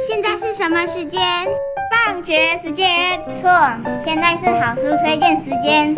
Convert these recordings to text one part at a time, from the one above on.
现在是什么时间？ 放学时间。错，现在是好书推荐时间。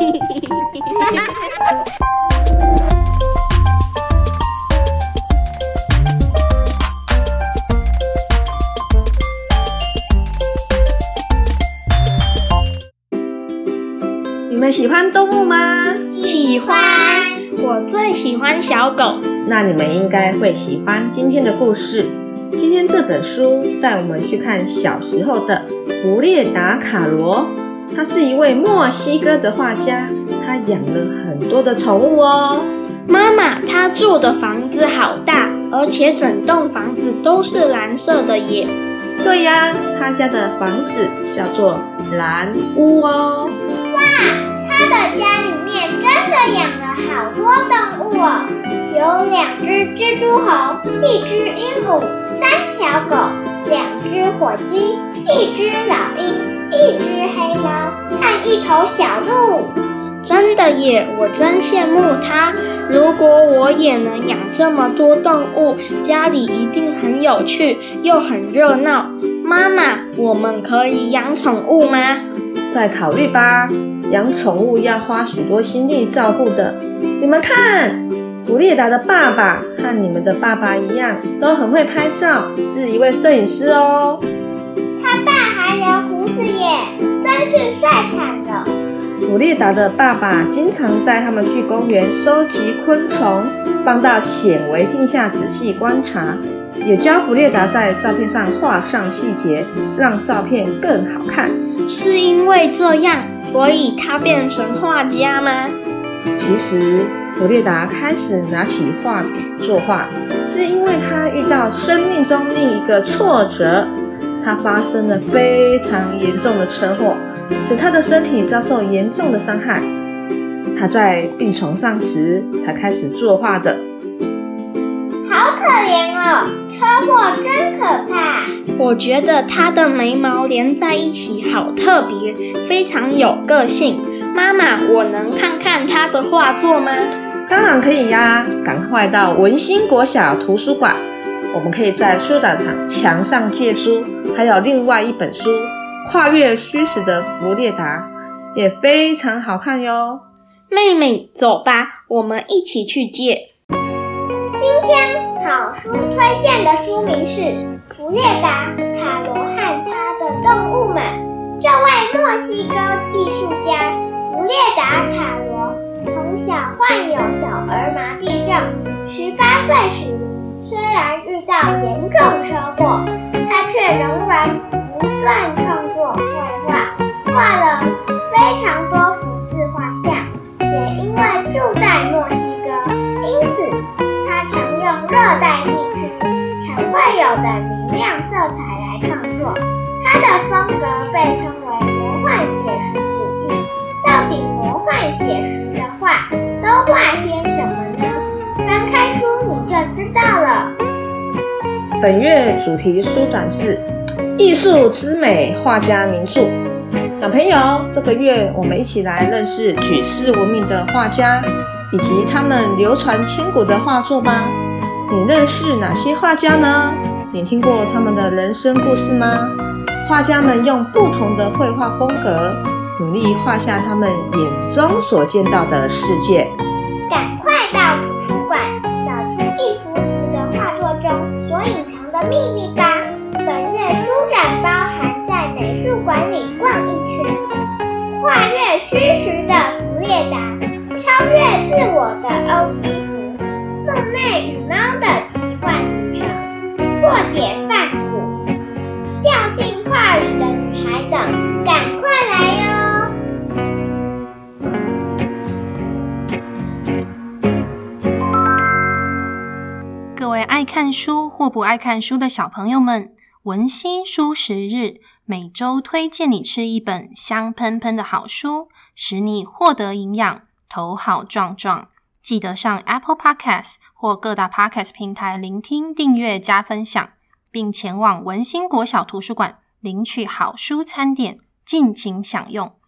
你们喜欢动物吗？ 喜欢，我最喜欢小狗。 那你们应该会喜欢今天的故事。今天这本书带我们去看小时候的弗列达·卡罗。他是一位墨西哥的画家，他养了很多的宠物哦。 妈妈，他住的房子好大，而且整栋房子都是蓝色的耶。 对呀，他家的房子叫做蓝屋哦。 哇，他的家里面真的养了好多动物哦，有2只蜘蛛猴，1只鹦鹉，3条狗，2只火鸡，1只老鹰，1只黑猫，和1头小鹿。 真的耶，我真羡慕他。如果我也能养这么多动物，家里一定很有趣，又很热闹。妈妈，我们可以养宠物吗？ 再考虑吧，养宠物要花许多心力照顾的。你们看，弗列达的爸爸和你们的爸爸一样，都很会拍照，是一位摄影师哦。 他爸还留胡子耶，真是帅惨了。 弗列达的爸爸经常带他们去公园收集昆虫，放到显微镜下仔细观察，也教弗列达在照片上画上细节，让照片更好看。 是因为这样，所以他变成画家吗？ 其实弗列达开始拿起画笔作画，是因为他遇到生命中另一个挫折，他发生了非常严重的车祸，使他的身体遭受严重的伤害。他在病床上时才开始作画的。 好可怜哦，车祸真可怕。 我觉得他的眉毛连在一起好特别，非常有个性。妈妈，我能看看他的画作吗？ 当然可以呀，赶快到文欣国小图书馆，我们可以在书展墙上借书，还有另外一本书《跨越虚实的弗列达》，也非常好看哟。 妹妹，走吧，我们一起去借。 今天好书推荐的书名是《弗列达·卡罗和他的动物们》。这位墨西哥艺术家弗列达·卡罗从小患有小儿麻痹症，18岁时虽然遇到严重车祸，他却仍然不断创作绘画，画了非常多幅自画像。也因为住在墨西哥，因此他常用热带地区常会有的明亮色彩来创作。他的风格被称为魔幻写实主义。到底魔幻写实的画都画些什么呢？翻开书你就知道了。 本月主题书展是艺术之美画家名著。小朋友，这个月我们一起来认识举世闻名的画家，以及他们流传千古的画作吧。你认识哪些画家呢？你听过他们的人生故事吗？画家们用不同的绘画风格，努力画下他们眼中所见到的世界。 赶快到图书馆找出一幅幅的画作中所隐藏的秘密吧。本月书展包含在美术馆里逛一圈，跨越虚实的弗列达，超越自我的欧几芙，梦内与猫的奇幻旅程，破解梵谷，掉进画里的女孩等，赶快来哟！ 各位爱看书或不爱看书的小朋友们，文欣书食日每周推荐你吃一本香喷喷的好书，使你获得营养，头好壮壮。记得上 Apple Podcast 或各大 Podcast 平台聆听、订阅、加分享，并前往文欣国小图书馆领取好书餐点，尽情享用。